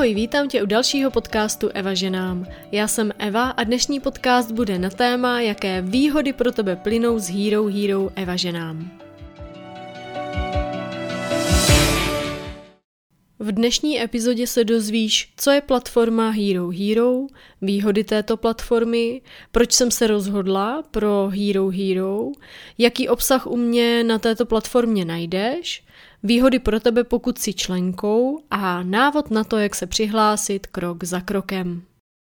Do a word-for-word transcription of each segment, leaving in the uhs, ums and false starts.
Ahoj, vítám tě u dalšího podcastu Eva ženám. Já jsem Eva a dnešní podcast bude na téma, jaké výhody pro tebe plynou z Hero Hero Eva ženám. V dnešní epizodě se dozvíš, co je platforma Hero Hero, výhody této platformy, proč jsem se rozhodla pro Hero Hero, jaký obsah u mě na této platformě najdeš, výhody pro tebe, pokud jsi členkou a návod na to, jak se přihlásit krok za krokem.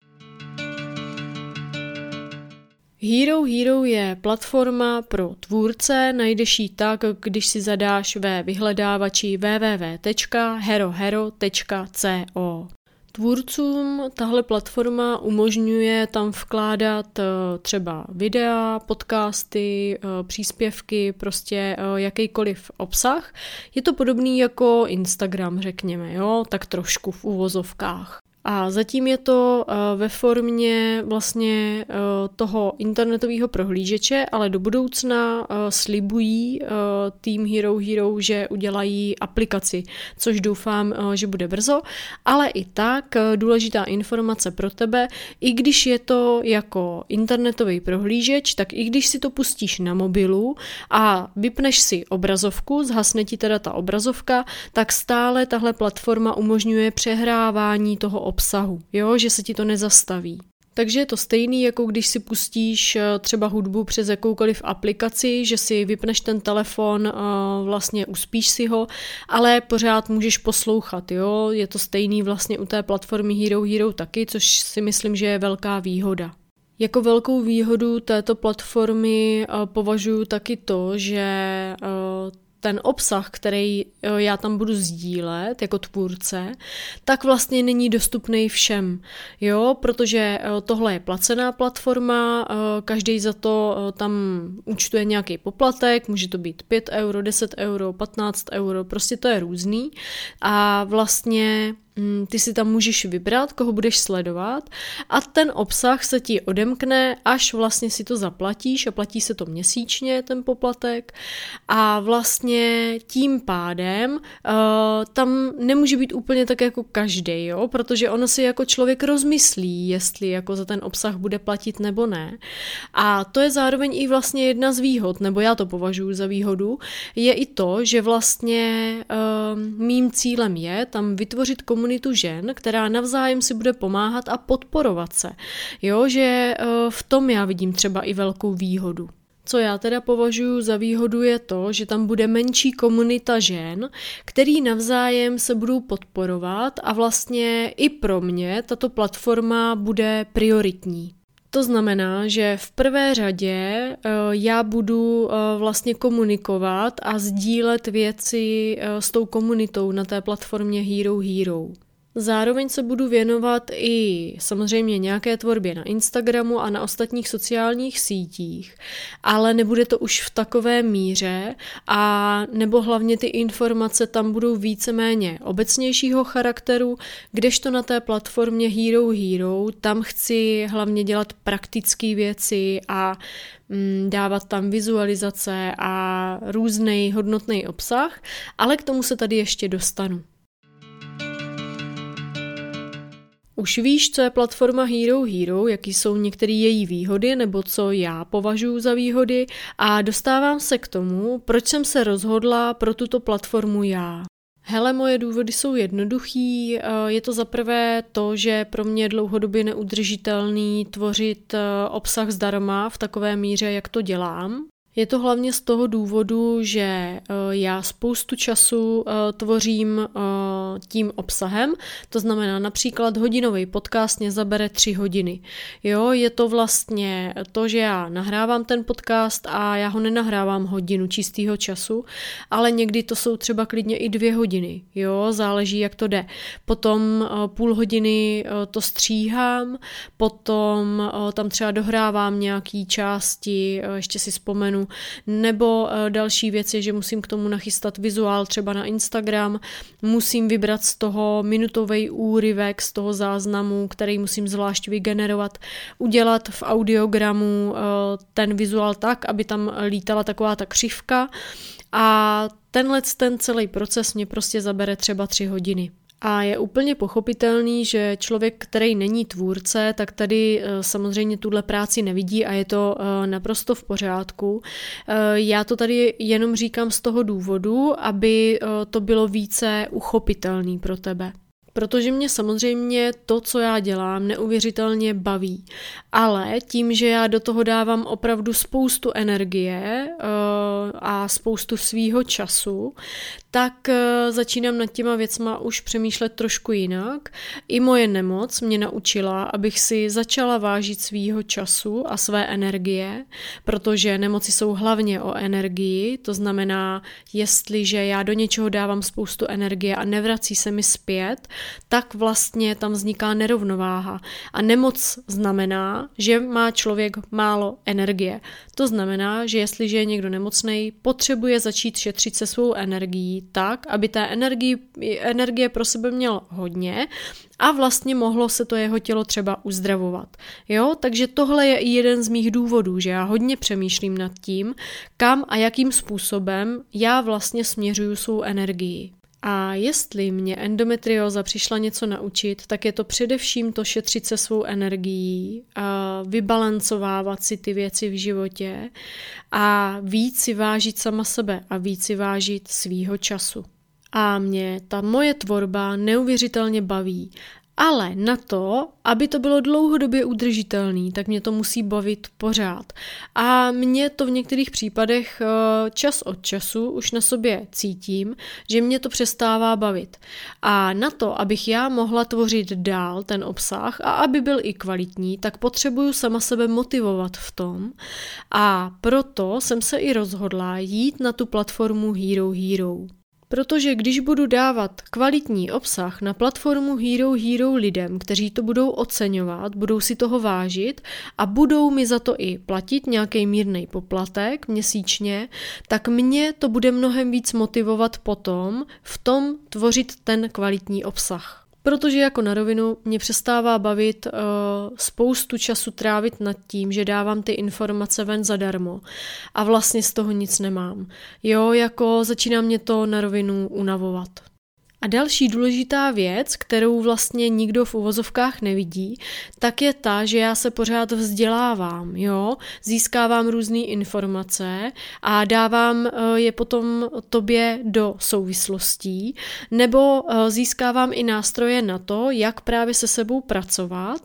Hero Hero je platforma pro tvůrce, najdeš ji tak, když si zadáš ve vyhledávači w w w tečka hero hero tečka co. Tvůrcům tahle platforma umožňuje tam vkládat třeba videa, podcasty, příspěvky, prostě jakýkoliv obsah. Je to podobný jako Instagram, řekněme, jo, tak trošku v uvozovkách. A zatím je to ve formě vlastně toho internetového prohlížeče, ale do budoucna slibují tým Hero Hero, že udělají aplikaci, což doufám, že bude brzo, ale i tak důležitá informace pro tebe, i když je to jako internetový prohlížeč, tak i když si to pustíš na mobilu a vypneš si obrazovku, zhasne ti teda ta obrazovka, tak stále tahle platforma umožňuje přehrávání toho obsahu, jo, že se ti to nezastaví. Takže je to stejný, jako když si pustíš třeba hudbu přes jakoukoliv aplikaci, že si vypneš ten telefon, vlastně uspíš si ho, ale pořád můžeš poslouchat, jo, je to stejný vlastně u té platformy Hero Hero taky, což si myslím, že je velká výhoda. Jako velkou výhodu této platformy považuji taky to, že ten obsah, který já tam budu sdílet jako tvůrce, tak vlastně není dostupný všem, jo, protože tohle je placená platforma, každý za to tam účtuje nějaký poplatek, může to být pět euro, deset euro, patnáct euro, prostě to je různý a vlastně ty si tam můžeš vybrat, koho budeš sledovat a ten obsah se ti odemkne, až vlastně si to zaplatíš a platí se to měsíčně, ten poplatek a vlastně tím pádem uh, tam nemůže být úplně tak jako každý, jo, protože ono si jako člověk rozmyslí, jestli jako za ten obsah bude platit nebo ne a to je zároveň i vlastně jedna z výhod, nebo já to považuji za výhodu, je i to, že vlastně uh, mým cílem je tam vytvořit komunitu žen, která navzájem si bude pomáhat a podporovat se. Jo, že v tom já vidím třeba i velkou výhodu. Co já teda považuji za výhodu je to, že tam bude menší komunita žen, který navzájem se budou podporovat a vlastně i pro mě tato platforma bude prioritní. To znamená, že v prvé řadě já budu vlastně komunikovat a sdílet věci s tou komunitou na té platformě Hero Hero. Zároveň se budu věnovat i samozřejmě nějaké tvorbě na Instagramu a na ostatních sociálních sítích, ale nebude to už v takové míře a nebo hlavně ty informace tam budou víceméně obecnějšího charakteru, kdežto na té platformě Hero Hero tam chci hlavně dělat praktické věci a mm, dávat tam vizualizace a různý hodnotný obsah, ale k tomu se tady ještě dostanu. Už víš, co je platforma Hero Hero, jaký jsou některé její výhody, nebo co já považuji za výhody a dostávám se k tomu, proč jsem se rozhodla pro tuto platformu já. Hele, moje důvody jsou jednoduchý, je to zaprvé to, že pro mě je dlouhodobě neudržitelný tvořit obsah zdarma v takové míře, jak to dělám. Je to hlavně z toho důvodu, že já spoustu času tvořím tím obsahem, to znamená například hodinový podcast mě zabere tři hodiny. Jo, je to vlastně to, že já nahrávám ten podcast a já ho nenahrávám hodinu čistého času, ale někdy to jsou třeba klidně i dvě hodiny, jo, záleží, jak to jde. Potom půl hodiny to stříhám, potom tam třeba dohrávám nějaký části, ještě si vzpomenu, nebo další věc je, že musím k tomu nachystat vizuál třeba na Instagram, musím vybrat z toho minutový úryvek z toho záznamu, který musím zvlášť vygenerovat, udělat v audiogramu ten vizuál tak, aby tam lítala taková ta křivka a tenhle ten celý proces mě prostě zabere třeba tři hodiny. A je úplně pochopitelný, že člověk, který není tvůrce, tak tady samozřejmě tuhle práci nevidí a je to naprosto v pořádku. Já to tady jenom říkám z toho důvodu, aby to bylo více uchopitelný pro tebe. Protože mě samozřejmě to, co já dělám, neuvěřitelně baví. Ale tím, že já do toho dávám opravdu spoustu energie uh, a spoustu svýho času, tak uh, začínám nad těma věcma už přemýšlet trošku jinak. I moje nemoc mě naučila, abych si začala vážit svýho času a své energie, protože nemoci jsou hlavně o energii, to znamená, jestliže já do něčeho dávám spoustu energie a nevrací se mi zpět, tak vlastně tam vzniká nerovnováha. A nemoc znamená, že má člověk málo energie. To znamená, že jestliže je někdo nemocnej, potřebuje začít šetřit se svou energií tak, aby té energii, energie pro sebe měl hodně a vlastně mohlo se to jeho tělo třeba uzdravovat. Jo? Takže tohle je i jeden z mých důvodů, že já hodně přemýšlím nad tím, kam a jakým způsobem já vlastně směřuju svou energii. A jestli mě endometrióza přišla něco naučit, tak je to především to šetřit se svou energií, a vybalancovávat si ty věci v životě a víc si vážit sama sebe a víc si vážit svýho času. A mě ta moje tvorba neuvěřitelně baví. Ale na to, aby to bylo dlouhodobě udržitelný, tak mě to musí bavit pořád. A mě to v některých případech čas od času už na sobě cítím, že mě to přestává bavit. A na to, abych já mohla tvořit dál ten obsah a aby byl i kvalitní, tak potřebuju sama sebe motivovat v tom. A proto jsem se i rozhodla jít na tu platformu Hero Hero. Protože když budu dávat kvalitní obsah na platformu Hero Hero lidem, kteří to budou oceňovat, budou si toho vážit a budou mi za to i platit nějaký mírnej poplatek měsíčně, tak mě to bude mnohem víc motivovat potom v tom tvořit ten kvalitní obsah. Protože jako na rovinu mě přestává bavit uh, spoustu času trávit nad tím, že dávám ty informace ven zadarmo a vlastně z toho nic nemám. Jo, jako začíná mě to na rovinu unavovat. A další důležitá věc, kterou vlastně nikdo v uvozovkách nevidí, tak je ta, že já se pořád vzdělávám, jo, získávám různé informace a dávám je potom tobě do souvislostí, nebo získávám i nástroje na to, jak právě se sebou pracovat.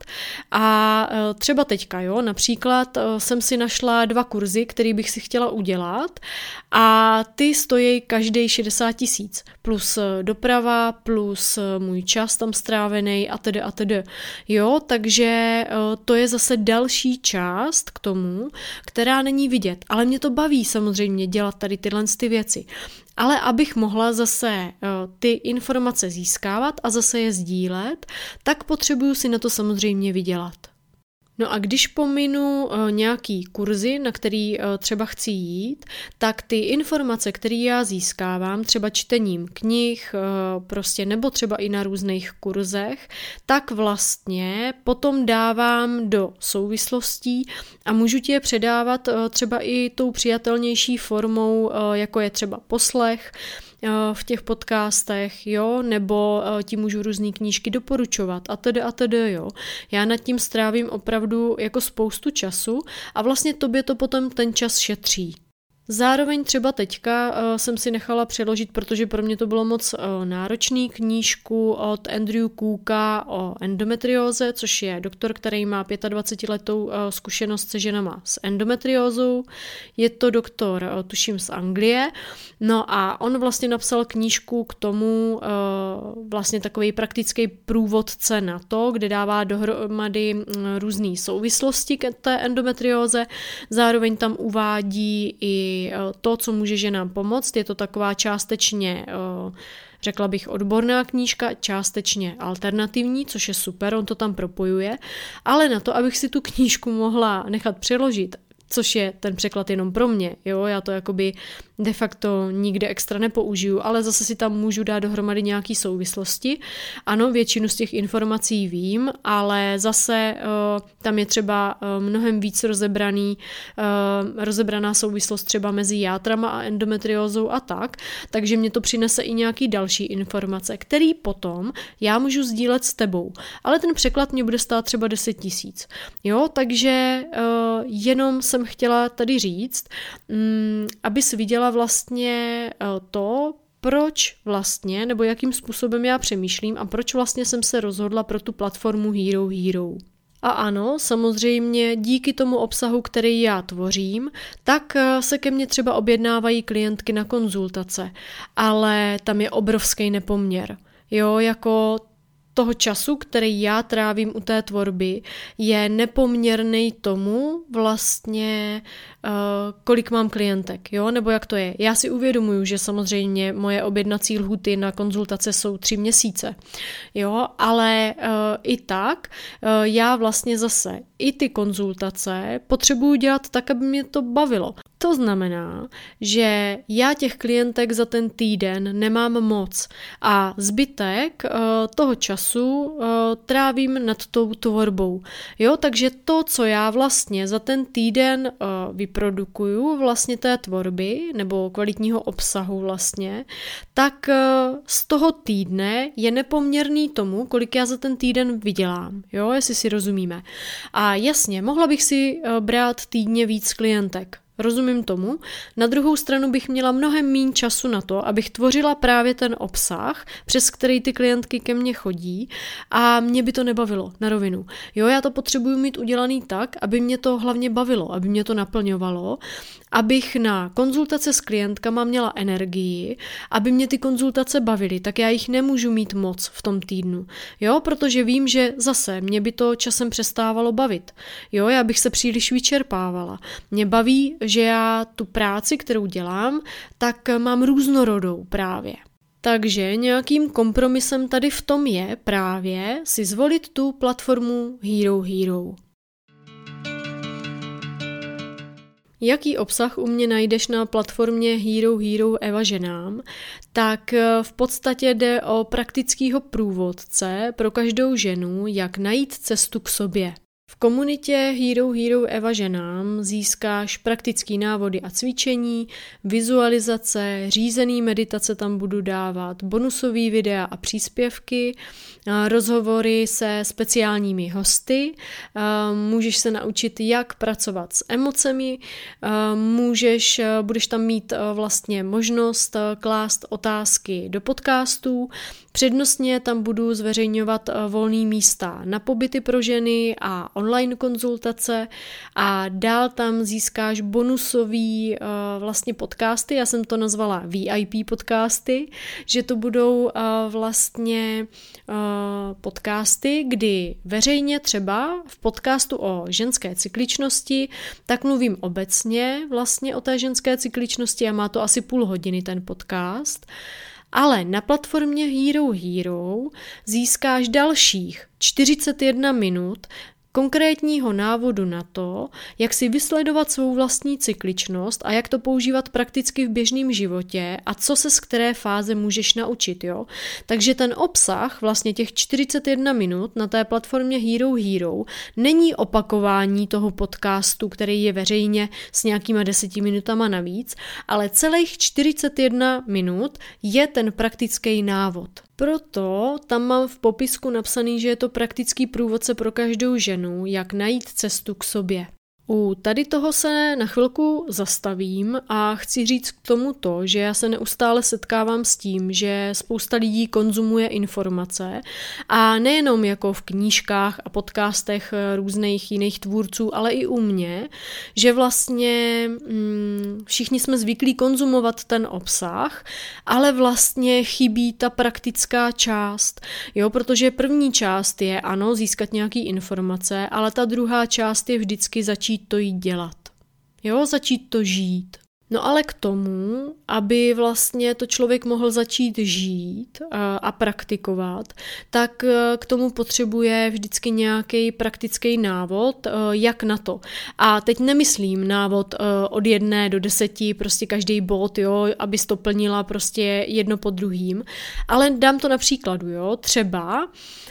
A třeba teďka, jo, například jsem si našla dva kurzy, které bych si chtěla udělat a ty stojí každý šedesát tisíc plus doprava plus můj čas tam strávený a tedy a tedy. Jo, takže to je zase další část k tomu, která není vidět. Ale mě to baví samozřejmě dělat tady tyhle ty věci. Ale abych mohla zase ty informace získávat a zase je sdílet, tak potřebuju si na to samozřejmě vydělat. No a když pominu nějaký kurzy, na který třeba chci jít, tak ty informace, které já získávám, třeba čtením knih, prostě nebo třeba i na různých kurzech, tak vlastně potom dávám do souvislostí a můžu ti je předávat třeba i tou přijatelnější formou, jako je třeba poslech, v těch podcastech, jo, nebo ti můžu různý knížky doporučovat a tedy a tedy, jo. Já nad tím strávím opravdu jako spoustu času a vlastně tobě to potom ten čas šetří. Zároveň třeba teďka uh, jsem si nechala přeložit, protože pro mě to bylo moc uh, náročný, knížku od Andrew Cooka o endometrióze, což je doktor, který má dvacetiletou uh, zkušenost se ženama s endometriózou. Je to doktor, uh, tuším, z Anglie. No a on vlastně napsal knížku k tomu, uh, vlastně takový praktický průvodce na to, kde dává dohromady uh, různé souvislosti k té endometrióze. Zároveň tam uvádí i to, co může ženám pomoct. Je to taková částečně, řekla bych, odborná knížka, částečně alternativní, což je super, on to tam propojuje, ale na to, abych si tu knížku mohla nechat přeložit což je ten překlad jenom pro mě, jo, já to jakoby de facto nikde extra nepoužiju, ale zase si tam můžu dát dohromady nějaký souvislosti. Ano, většinu z těch informací vím, ale zase uh, tam je třeba uh, mnohem víc rozebraný, uh, rozebraná souvislost třeba mezi játrama a endometriózou a tak, takže mě to přinese i nějaký další informace, který potom já můžu sdílet s tebou, ale ten překlad mě bude stát třeba deset tisíc. Jo, takže uh, jenom jsem chtěla tady říct, um, abys viděla vlastně to, proč vlastně, nebo jakým způsobem já přemýšlím a proč vlastně jsem se rozhodla pro tu platformu Hero Hero. A ano, samozřejmě díky tomu obsahu, který já tvořím, tak se ke mně třeba objednávají klientky na konzultace, ale tam je obrovský nepoměr. Jo, jako toho času, který já trávím u té tvorby, je nepoměrný tomu vlastně, uh, kolik mám klientek, jo, nebo jak to je. Já si uvědomuju, že samozřejmě moje objednací lhůty na konzultace jsou tři měsíce, jo, ale uh, i tak uh, já vlastně zase i ty konzultace potřebuju dělat tak, aby mě to bavilo. To znamená, že já těch klientek za ten týden nemám moc a zbytek uh, toho času uh, trávím nad tou tvorbou. Jo, takže to, co já vlastně za ten týden uh, vyprodukuju vlastně té tvorby nebo kvalitního obsahu vlastně, tak uh, z toho týdne je nepoměrný tomu, kolik já za ten týden vydělám. Jo, jestli si rozumíme. A jasně, mohla bych si uh, brát týdně víc klientek. Rozumím tomu. Na druhou stranu bych měla mnohem méně času na to, abych tvořila právě ten obsah, přes který ty klientky ke mně chodí a mě by to nebavilo na rovinu. Jo, já to potřebuju mít udělaný tak, aby mě to hlavně bavilo, aby mě to naplňovalo, abych na konzultace s klientkama měla energii, aby mě ty konzultace bavily, tak já jich nemůžu mít moc v tom týdnu. Jo, protože vím, že zase mě by to časem přestávalo bavit. Jo, já bych se příliš vyčerpávala. Mě baví, že já tu práci, kterou dělám, tak mám různorodou právě. Takže nějakým kompromisem tady v tom je právě si zvolit tu platformu Hero Hero. Jaký obsah u mě najdeš na platformě Hero Hero Eva ženám, tak v podstatě jde o praktického průvodce pro každou ženu, jak najít cestu k sobě. V komunitě Hero Hero Eva ženám získáš praktické návody a cvičení, vizualizace, řízený meditace tam budu dávat, bonusové videa a příspěvky, rozhovory se speciálními hosty, můžeš se naučit, jak pracovat s emocemi, můžeš, budeš tam mít vlastně možnost klást otázky do podcastů, přednostně tam budu zveřejňovat volné místa na pobyty pro ženy a online konzultace a dál tam získáš bonusový uh, vlastně podcasty, já jsem to nazvala V I P podcasty, že to budou uh, vlastně uh, podcasty, kdy veřejně třeba v podcastu o ženské cykličnosti, tak mluvím obecně vlastně o té ženské cykličnosti a má to asi půl hodiny ten podcast. Ale na platformě Hero Hero získáš dalších čtyřicet jedna minut konkrétního návodu na to, jak si vysledovat svou vlastní cykličnost a jak to používat prakticky v běžném životě a co se z které fáze můžeš naučit, jo. Takže ten obsah, vlastně těch čtyřicet jedna minut na té platformě Hero Hero není opakování toho podcastu, který je veřejně s nějakýma deseti minutama navíc, ale celých čtyřicet jedna minut je ten praktický návod. Proto tam mám v popisku napsaný, že je to praktický průvodce pro každou ženu, jak najít cestu k sobě. U tady toho se na chvilku zastavím a chci říct k tomu to, že já se neustále setkávám s tím, že spousta lidí konzumuje informace a nejenom jako v knížkách a podcastech různých jiných tvůrců, ale i u mě, že vlastně hm, všichni jsme zvyklí konzumovat ten obsah, ale vlastně chybí ta praktická část, jo, protože první část je ano, získat nějaký informace, ale ta druhá část je vždycky začít to jít dělat. Jo, začít to žít. No ale k tomu, aby vlastně to člověk mohl začít žít a, a praktikovat, tak k tomu potřebuje vždycky nějaký praktický návod, jak na to. A teď nemyslím návod od jedné do deseti, prostě každý bod, jo, abys to plnila prostě jedno po druhým, ale dám to na příkladu, jo, třeba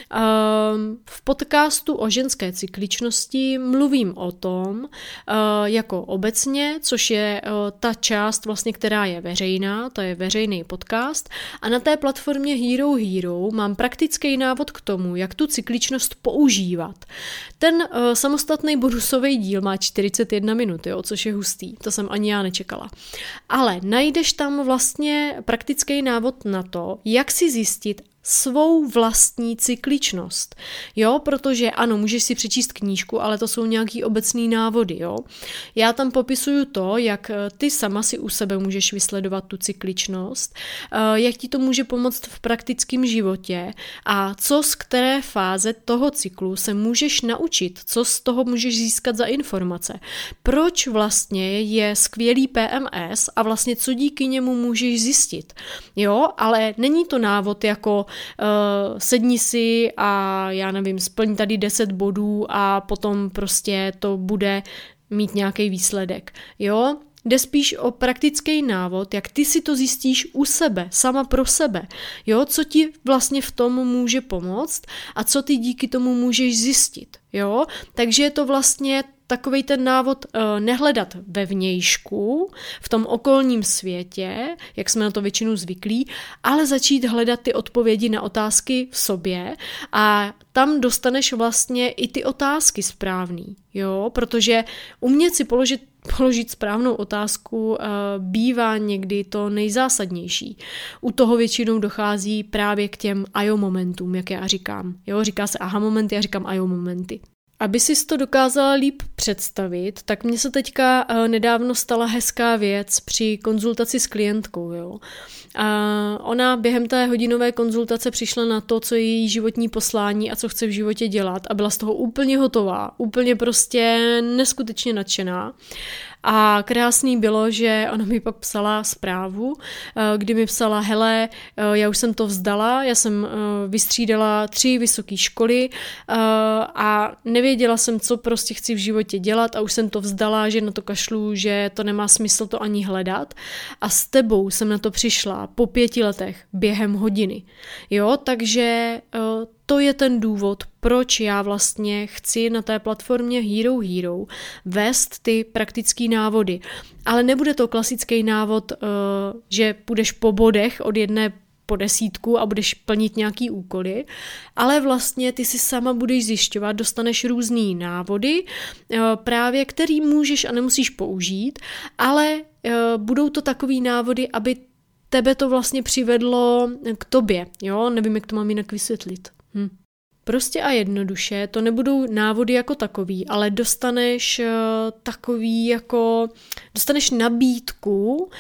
v podcastu o ženské cykličnosti mluvím o tom, jako obecně, což je ta část vlastně, která je veřejná, to je veřejný podcast a na té platformě Hero Hero mám praktický návod k tomu, jak tu cykličnost používat. Ten uh, samostatný bonusový díl má čtyřicet jedna minut, jo, což je hustý, to jsem ani já nečekala. Ale najdeš tam vlastně praktický návod na to, jak si zjistit svou vlastní cykličnost, jo, protože ano, můžeš si přečíst knížku, ale to jsou nějaký obecný návody, jo. Já tam popisuju to, jak ty sama si u sebe můžeš vysledovat tu cykličnost, jak ti to může pomoct v praktickém životě a co z které fáze toho cyklu se můžeš naučit, co z toho můžeš získat za informace, proč vlastně je skvělý P M S a vlastně co díky němu můžeš zjistit, jo, ale není to návod jako Uh, sedni si a já nevím, splň tady deset bodů a potom prostě to bude mít nějaký výsledek, jo? Jde spíš o praktický návod, jak ty si to zjistíš u sebe, sama pro sebe, jo? Co ti vlastně v tom může pomoct a co ty díky tomu můžeš zjistit, jo? Takže je to vlastně takovej ten návod uh, nehledat ve vnějšku, v tom okolním světě, jak jsme na to většinou zvyklí, ale začít hledat ty odpovědi na otázky v sobě a tam dostaneš vlastně i ty otázky správný, jo, protože umět si položit Položit správnou otázku uh, bývá někdy to nejzásadnější. U toho většinou dochází právě k těm a jo momentům, jak já říkám. Jo, říká se aha momenty, já říkám a jo momenty. Aby si to dokázala líp představit, tak mně se teďka uh, nedávno stala hezká věc při konzultaci s klientkou. Jo. A ona během té hodinové konzultace přišla na to, co je její životní poslání a co chce v životě dělat a byla z toho úplně hotová, úplně prostě neskutečně nadšená. A krásný bylo, že ona mi pak psala zprávu, kdy mi psala, hele, já už jsem to vzdala, já jsem vystřídala tři vysoké školy a nevěděla jsem, co prostě chci v životě dělat a už jsem to vzdala, že na to kašlu, že to nemá smysl to ani hledat. A s tebou jsem na to přišla po pěti letech během hodiny. Jo, takže to je ten důvod, proč já vlastně chci na té platformě Hero Hero vést ty praktické návody. Ale nebude to klasický návod, že půjdeš po bodech od jedné po desítku a budeš plnit nějaký úkoly, ale vlastně ty si sama budeš zjišťovat, dostaneš různý návody, právě který můžeš a nemusíš použít, ale budou to takový návody, aby tebe to vlastně přivedlo k tobě, jo, nevím, jak to mám jinak vysvětlit. Hm. Prostě a jednoduše, to nebudou návody jako takový, ale dostaneš uh, takový jako, dostaneš nabídku uh,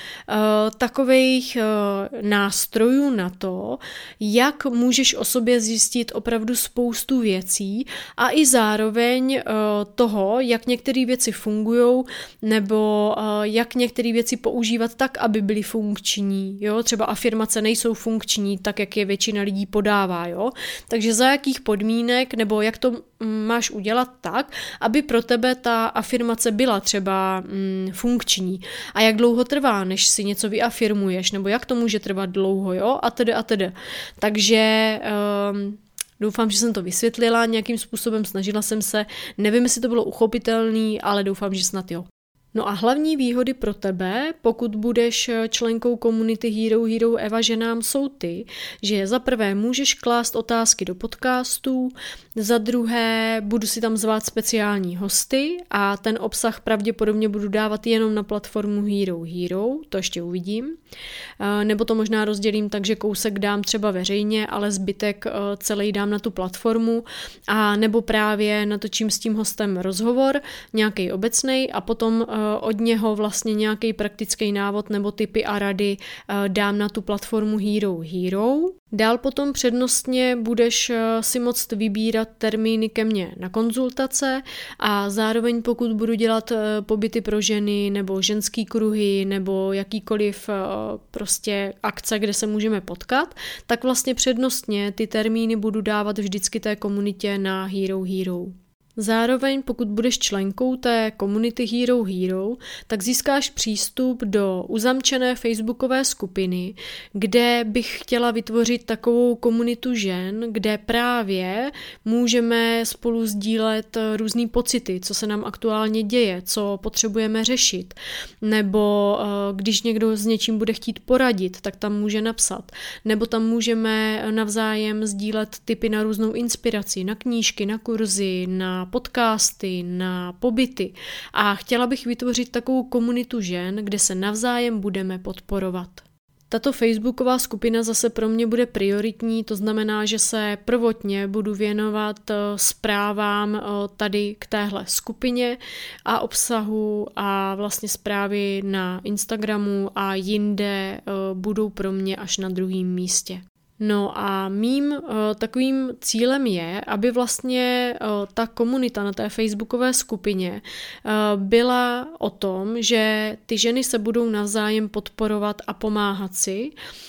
takových uh, nástrojů na to, jak můžeš o sobě zjistit opravdu spoustu věcí a i zároveň uh, toho, jak některé věci fungujou, nebo uh, jak některé věci používat tak, aby byly funkční, jo, třeba afirmace nejsou funkční, tak jak je většina lidí podává, jo, takže za jakých podmínek, nebo jak to máš udělat tak, aby pro tebe ta afirmace byla třeba mm, funkční. A jak dlouho trvá, než si něco vyafirmuješ, nebo jak to může trvat dlouho, jo, a tedy a tedy. Takže um, doufám, že jsem to vysvětlila nějakým způsobem, snažila jsem se, nevím, jestli to bylo uchopitelný, ale doufám, že snad jo. No a hlavní výhody pro tebe, pokud budeš členkou komunity Hero Hero Eva ženám, jsou ty, že za prvé můžeš klást otázky do podcastů, za druhé budu si tam zvát speciální hosty a ten obsah pravděpodobně budu dávat jenom na platformu Hero Hero, to ještě uvidím, nebo to možná rozdělím tak, že kousek dám třeba veřejně, ale zbytek celý dám na tu platformu a nebo právě natočím s tím hostem rozhovor, nějaký obecnej a potom od něho vlastně nějaký praktický návod nebo tipy a rady dám na tu platformu Hero Hero. Dál potom přednostně budeš si moct vybírat termíny ke mně na konzultace a zároveň pokud budu dělat pobyty pro ženy nebo ženský kruhy nebo jakýkoliv prostě akce, kde se můžeme potkat, tak vlastně přednostně ty termíny budu dávat vždycky té komunitě na Hero Hero. Zároveň, pokud budeš členkou té komunity Hero Hero, tak získáš přístup do uzamčené facebookové skupiny, kde bych chtěla vytvořit takovou komunitu žen, kde právě můžeme spolu sdílet různý pocity, co se nám aktuálně děje, co potřebujeme řešit, nebo když někdo s něčím bude chtít poradit, tak tam může napsat, nebo tam můžeme navzájem sdílet tipy na různou inspiraci, na knížky, na kurzy, na podcasty, na pobyty a chtěla bych vytvořit takovou komunitu žen, kde se navzájem budeme podporovat. Tato facebooková skupina zase pro mě bude prioritní, to znamená, že se prvotně budu věnovat zprávám tady k téhle skupině a obsahu a vlastně zprávy na Instagramu a jinde budou pro mě až na druhém místě. No a mým uh, takovým cílem je, aby vlastně uh, ta komunita na té facebookové skupině uh, byla o tom, že ty ženy se budou navzájem podporovat a pomáhat si.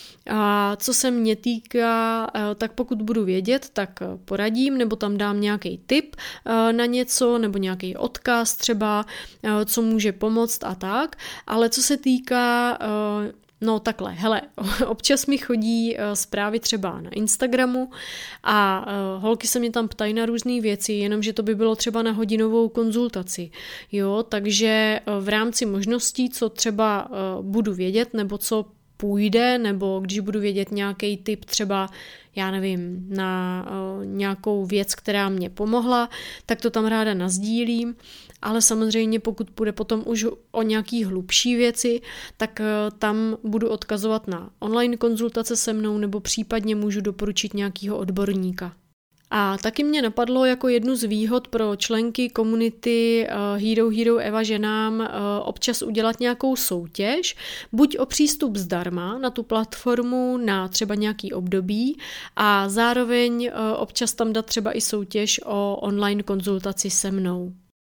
A co se mě týká, uh, tak pokud budu vědět, tak poradím nebo tam dám nějaký tip uh, na něco nebo nějaký odkaz třeba, uh, co může pomoct a tak. Ale co se týká uh, No takhle, hele, občas mi chodí uh, zprávy třeba na Instagramu a uh, holky se mě tam ptají na různé věci, jenomže to by bylo třeba na hodinovou konzultaci, jo, takže uh, v rámci možností, co třeba uh, budu vědět, nebo co půjde, nebo když budu vědět nějaký tip třeba, já nevím, na uh, nějakou věc, která mě pomohla, tak to tam ráda nasdílím, ale samozřejmě pokud půjde potom už o nějaký hlubší věci, tak uh, tam budu odkazovat na online konzultace se mnou nebo případně můžu doporučit nějakého odborníka. A taky mě napadlo jako jednu z výhod pro členky komunity Hero Hero Eva ženám občas udělat nějakou soutěž, buď o přístup zdarma na tu platformu na třeba nějaký období a zároveň občas tam dát třeba i soutěž o online konzultaci se mnou.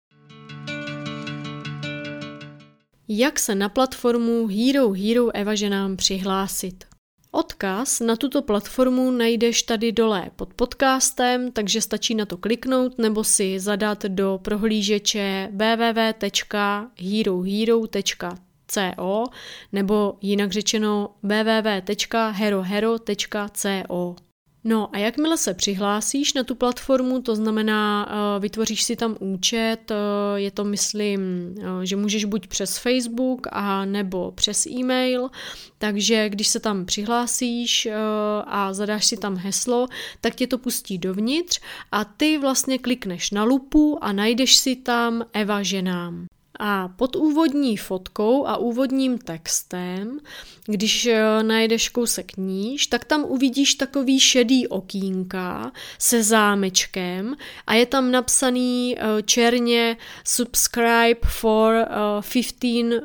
Jak se na platformu Hero Hero Eva ženám přihlásit? Odkaz na tuto platformu najdeš tady dole pod podcastem, takže stačí na to kliknout nebo si zadat do prohlížeče w w w tečka hero hero tečka co nebo jinak řečeno w w w tečka hero hero tečka co. No a jakmile se přihlásíš na tu platformu, to znamená, vytvoříš si tam účet, je to myslím, že můžeš buď přes Facebook a nebo přes e-mail, takže když se tam přihlásíš a zadáš si tam heslo, tak tě to pustí dovnitř a ty vlastně klikneš na lupu a najdeš si tam Eva ženám. A pod úvodní fotkou a úvodním textem, když najdeš kousek níž, tak tam uvidíš takový šedý okýnka se zámečkem a je tam napsaný černě subscribe for fifteen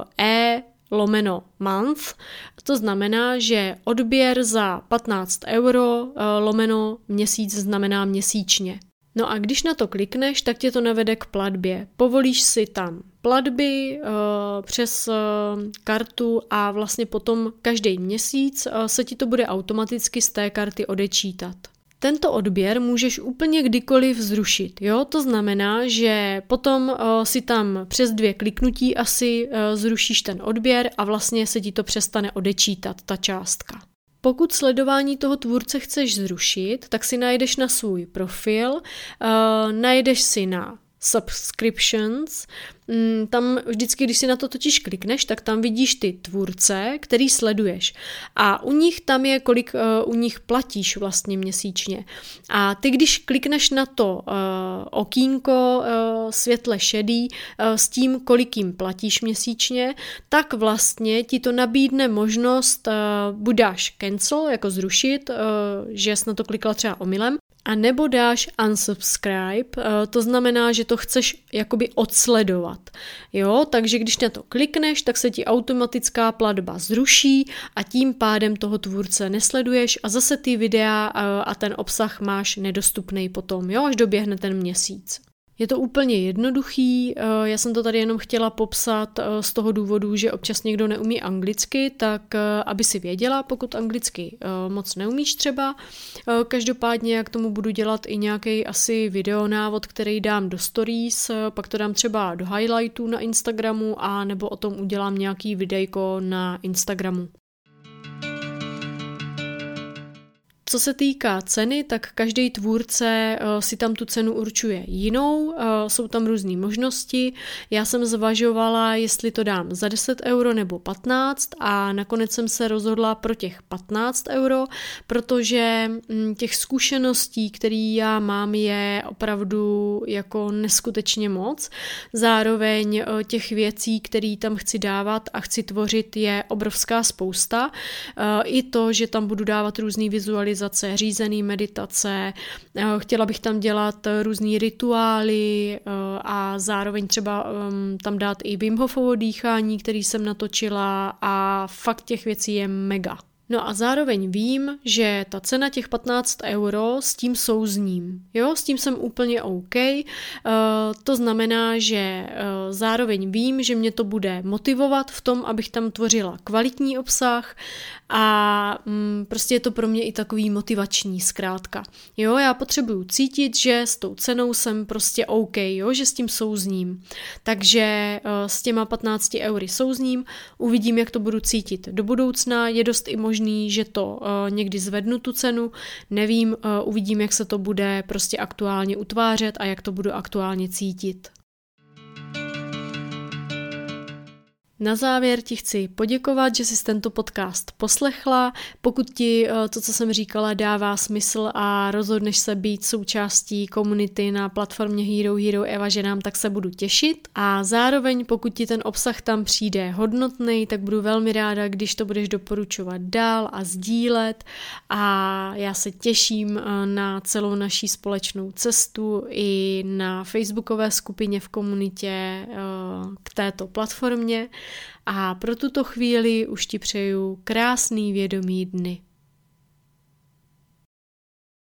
e lomeno month. To znamená, že odběr za patnáct euro lomeno měsíc znamená měsíčně. No a když na to klikneš, tak tě to navede k platbě. Povolíš si tam platby uh, přes uh, kartu a vlastně potom každý měsíc uh, se ti to bude automaticky z té karty odečítat. Tento odběr můžeš úplně kdykoliv zrušit, jo? To znamená, že potom uh, si tam přes dvě kliknutí asi uh, zrušíš ten odběr a vlastně se ti to přestane odečítat, ta částka. Pokud sledování toho tvůrce chceš zrušit, tak si najdeš na svůj profil, uh, najdeš si na subscriptions, mm, tam vždycky, když si na to totiž klikneš, tak tam vidíš ty tvůrce, který sleduješ a u nich tam je, kolik uh, u nich platíš vlastně měsíčně. A ty, když klikneš na to uh, okýnko uh, světle šedý uh, s tím, kolik jim platíš měsíčně, tak vlastně ti to nabídne možnost uh, buď dáš cancel, jako zrušit, uh, že jsi na to klikla třeba omylem, A nebo dáš unsubscribe, to znamená, že to chceš jakoby odsledovat. Jo, takže když na to klikneš, tak se ti automatická platba zruší a tím pádem toho tvůrce nesleduješ a zase ty videa a ten obsah máš nedostupný potom, jo, až doběhne ten měsíc. Je to úplně jednoduchý, já jsem to tady jenom chtěla popsat z toho důvodu, že občas někdo neumí anglicky, tak aby si věděla, pokud anglicky moc neumíš třeba. Každopádně jak tomu budu dělat i nějaký asi videonávod, který dám do stories, pak to dám třeba do highlightů na Instagramu a nebo o tom udělám nějaký videjko na Instagramu. Co se týká ceny, tak každý tvůrce si tam tu cenu určuje jinou, jsou tam různé možnosti. Já jsem zvažovala, jestli to dám za deset euro nebo patnáct a nakonec jsem se rozhodla pro těch patnáct euro, protože těch zkušeností, které já mám, je opravdu jako neskutečně moc. Zároveň těch věcí, které tam chci dávat a chci tvořit, je obrovská spousta. I to, že tam budu dávat různý vizualizace, řízený meditace, chtěla bych tam dělat různý rituály a zároveň třeba tam dát i Wim Hofovo dýchání, který jsem natočila a fakt těch věcí je mega. No a zároveň vím, že ta cena těch patnáct euro s tím souzním. Jo, s tím jsem úplně OK. Uh, to znamená, že uh, zároveň vím, že mě to bude motivovat v tom, abych tam tvořila kvalitní obsah a um, prostě je to pro mě i takový motivační zkrátka. Jo, já potřebuju cítit, že s tou cenou jsem prostě OK, jo, že s tím souzním. Takže uh, s těma patnácti eury souzním, uvidím, jak to budu cítit do budoucna, je dost i možný, že to uh, někdy zvednu tu cenu, nevím, uh, uvidím, jak se to bude prostě aktuálně utvářet a jak to budu aktuálně cítit. Na závěr ti chci poděkovat, že jsi tento podcast poslechla. Pokud ti to, co jsem říkala, dává smysl a rozhodneš se být součástí komunity na platformě Hero Hero Eva ženám, tak se budu těšit. A zároveň, pokud ti ten obsah tam přijde hodnotný, tak budu velmi ráda, když to budeš doporučovat dál a sdílet. A já se těším na celou naší společnou cestu i na facebookové skupině v komunitě k této platformě. A pro tuto chvíli už ti přeju krásný vědomý dny.